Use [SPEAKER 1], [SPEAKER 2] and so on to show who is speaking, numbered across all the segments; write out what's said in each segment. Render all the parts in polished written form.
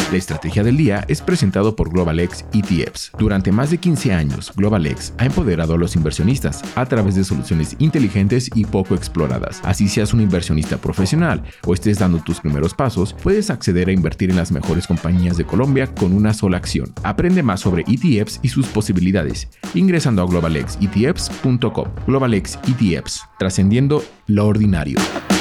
[SPEAKER 1] La estrategia del día es presentado por GlobalX ETFs. Durante más de 15 años, GlobalX ha empoderado a los inversionistas a través de soluciones inteligentes y poco exploradas. Así seas un inversionista profesional o estés dando tus primeros pasos, puedes acceder a invertir en las mejores compañías de Colombia con una sola acción. Aprende más sobre ETFs y sus posibilidades ingresando a globalxetfs.com. GlobalX ETFs, trascendiendo lo ordinario.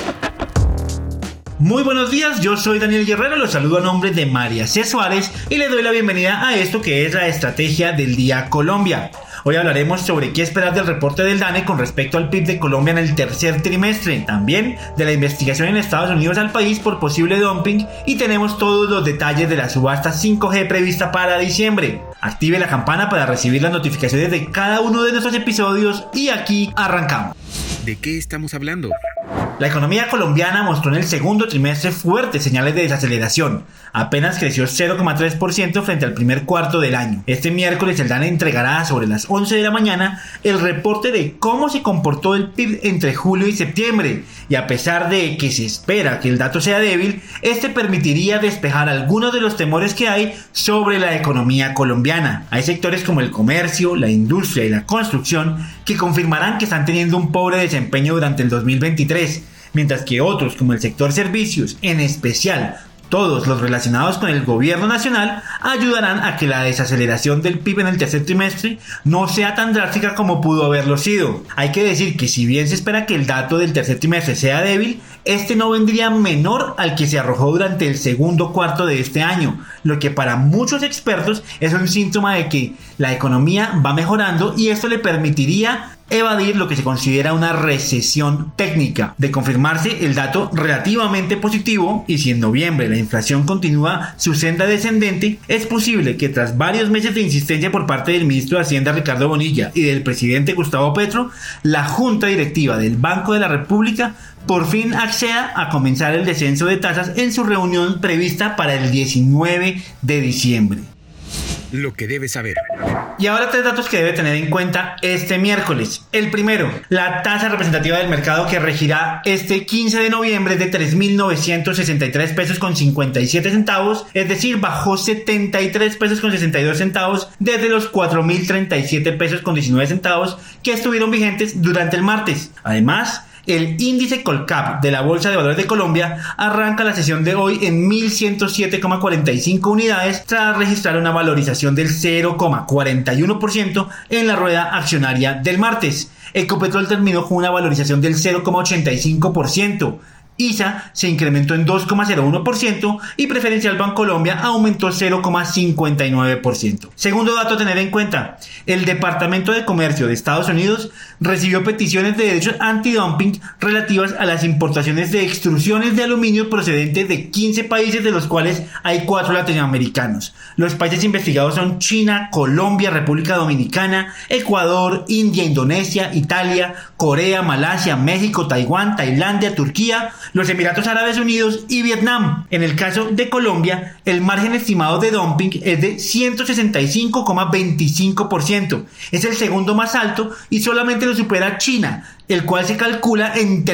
[SPEAKER 2] Muy buenos días, yo soy Daniel Guerrero, los saludo a nombre de María C. Suárez y les doy la bienvenida a esto que es la estrategia del día Colombia. Hoy hablaremos sobre qué esperar del reporte del DANE con respecto al PIB de Colombia en el tercer trimestre, también de la investigación en Estados Unidos al país por posible dumping y tenemos todos los detalles de la subasta 5G prevista para diciembre. Active la campana para recibir las notificaciones de cada uno de nuestros episodios y aquí arrancamos.
[SPEAKER 1] ¿De qué estamos hablando?
[SPEAKER 2] La economía colombiana mostró en el segundo trimestre fuertes señales de desaceleración. Apenas creció 0,3% frente al primer cuarto del año. Este miércoles el DANE entregará sobre las 11 de la mañana el reporte de cómo se comportó el PIB entre julio y septiembre. Y a pesar de que se espera que el dato sea débil, este permitiría despejar algunos de los temores que hay sobre la economía colombiana. Hay sectores como el comercio, la industria y la construcción que confirmarán que están teniendo un pobre desempeño durante el 2023. Mientras que otros, como el sector servicios, en especial todos los relacionados con el gobierno nacional, ayudarán a que la desaceleración del PIB en el tercer trimestre no sea tan drástica como pudo haberlo sido. Hay que decir que si bien se espera que el dato del tercer trimestre sea débil, este no vendría menor al que se arrojó durante el segundo cuarto de este año, lo que para muchos expertos es un síntoma de que la economía va mejorando y esto le permitiría evadir lo que se considera una recesión técnica. De confirmarse el dato relativamente positivo y si en noviembre la inflación continúa su senda descendente, es posible que tras varios meses de insistencia por parte del ministro de Hacienda Ricardo Bonilla y del presidente Gustavo Petro, la Junta Directiva del Banco de la República por fin acceda a comenzar el descenso de tasas en su reunión prevista para el 19 de diciembre.
[SPEAKER 1] Lo que debes saber.
[SPEAKER 2] Y ahora 3 datos que debe tener en cuenta este miércoles. El primero, la tasa representativa del mercado que regirá este 15 de noviembre es de 3.963 pesos con 57 centavos, es decir, bajó 73 pesos con 62 centavos desde los 4.037 pesos con 19 centavos que estuvieron vigentes durante el martes. Además, el índice Colcap de la Bolsa de Valores de Colombia arranca la sesión de hoy en 1.107,45 unidades tras registrar una valorización del 0,41% en la rueda accionaria del martes. Ecopetrol terminó con una valorización del 0,85%. ISA se incrementó en 2,01% y Preferencial Bancolombia aumentó 0,59%. Segundo dato a tener en cuenta, el Departamento de Comercio de Estados Unidos recibió peticiones de derechos antidumping relativas a las importaciones de extrusiones de aluminio procedentes de 15 países, de los cuales hay 4 latinoamericanos. Los países investigados son China, Colombia, República Dominicana, Ecuador, India, Indonesia, Italia, Corea, Malasia, México, Taiwán, Tailandia, Turquía, los Emiratos Árabes Unidos y Vietnam. En el caso de Colombia, el margen estimado de dumping es de 165,25%. Es el segundo más alto y solamente lo supera China, el cual se calcula en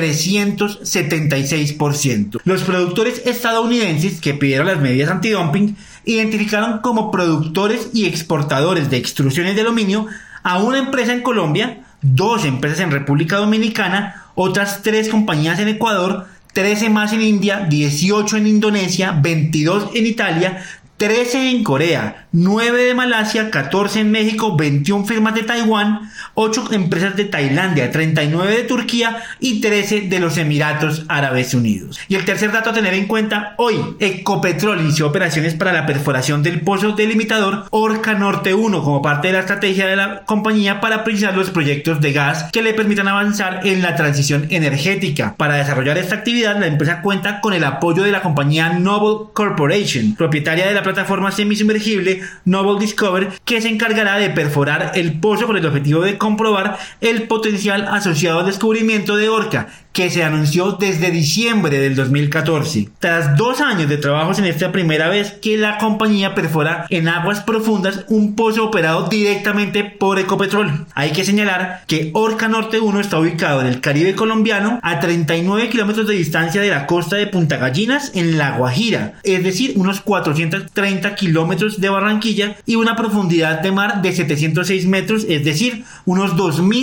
[SPEAKER 2] 376%. Los productores estadounidenses que pidieron las medidas antidumping identificaron como productores y exportadores de extrusiones de aluminio a una empresa en Colombia, 2 empresas en República Dominicana, otras 3 compañías en Ecuador, 13 más en India, 18 en Indonesia, 22 en Italia, 13 en Corea, 9 de Malasia, 14 en México, 21 firmas de Taiwán, 8 empresas de Tailandia, 39 de Turquía y 13 de los Emiratos Árabes Unidos. Y el tercer dato a tener en cuenta, hoy Ecopetrol inició operaciones para la perforación del pozo delimitador Orca Norte 1 como parte de la estrategia de la compañía para priorizar los proyectos de gas que le permitan avanzar en la transición energética. Para desarrollar esta actividad, la empresa cuenta con el apoyo de la compañía Noble Corporation, propietaria de la plataforma semisumergible Noble Discover, que se encargará de perforar el pozo con el objetivo de comprobar el potencial asociado al descubrimiento de Orca, que se anunció desde diciembre del 2014. Tras 2 años de trabajos en esta primera vez que la compañía perfora en aguas profundas un pozo operado directamente por Ecopetrol. Hay que señalar que Orca Norte 1 está ubicado en el Caribe colombiano a 39 kilómetros de distancia de la costa de Punta Gallinas en La Guajira, es decir, unos 430 130 kilómetros de Barranquilla y una profundidad de mar de 706 metros, es decir, unos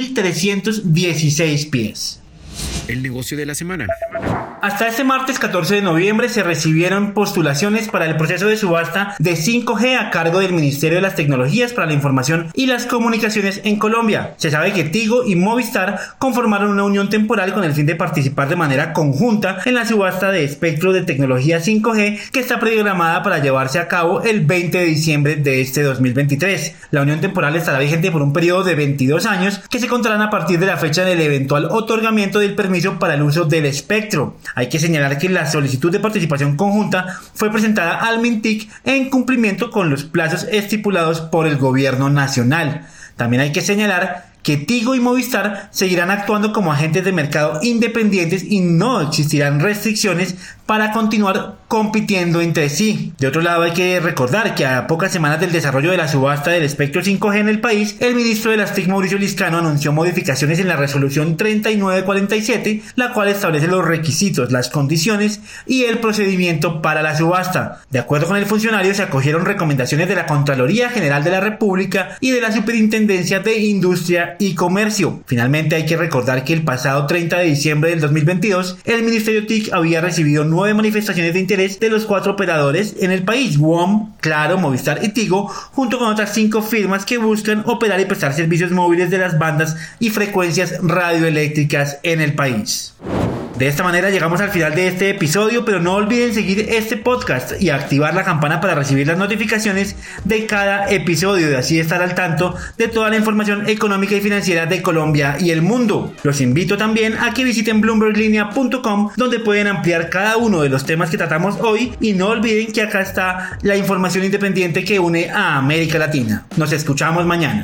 [SPEAKER 2] 2.316 pies.
[SPEAKER 1] El negocio de la semana.
[SPEAKER 2] Hasta este martes 14 de noviembre se recibieron postulaciones para el proceso de subasta de 5G a cargo del Ministerio de las Tecnologías para la Información y las Comunicaciones en Colombia. Se sabe que Tigo y Movistar conformaron una unión temporal con el fin de participar de manera conjunta en la subasta de espectro de tecnología 5G que está programada para llevarse a cabo el 20 de diciembre de este 2023. La unión temporal estará vigente por un periodo de 22 años que se contarán a partir de la fecha del eventual otorgamiento del permiso para el uso del espectro. Hay que señalar que la solicitud de participación conjunta fue presentada al Mintic en cumplimiento con los plazos estipulados por el gobierno nacional. También hay que señalar que Tigo y Movistar seguirán actuando como agentes de mercado independientes y no existirán restricciones para continuar compitiendo entre sí. De otro lado, hay que recordar que a pocas semanas del desarrollo de la subasta del espectro 5G en el país, el ministro de las TIC, Mauricio Liscano, anunció modificaciones en la resolución 3947, la cual establece los requisitos, las condiciones y el procedimiento para la subasta. De acuerdo con el funcionario, se acogieron recomendaciones de la Contraloría General de la República y de la Superintendencia de Industria y Comercio. Finalmente, hay que recordar que el pasado 30 de diciembre del 2022, el Ministerio TIC había recibido 9 manifestaciones de interés de los 4 operadores en el país: WOM, Claro, Movistar y Tigo, junto con otras 5 firmas que buscan operar y prestar servicios móviles de las bandas y frecuencias radioeléctricas en el país. De esta manera llegamos al final de este episodio, pero no olviden seguir este podcast y activar la campana para recibir las notificaciones de cada episodio y así estar al tanto de toda la información económica y financiera de Colombia y el mundo. Los invito también a que visiten bloomberglinea.com, donde pueden ampliar cada uno de los temas que tratamos hoy, y no olviden que acá está la información independiente que une a América Latina. Nos escuchamos mañana.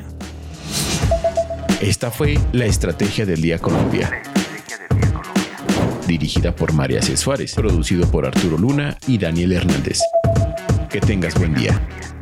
[SPEAKER 1] Esta fue la Estrategia del Día Colombia, dirigida por María C. Suárez, producido por Arturo Luna y Daniel Hernández. Que tengas buen día.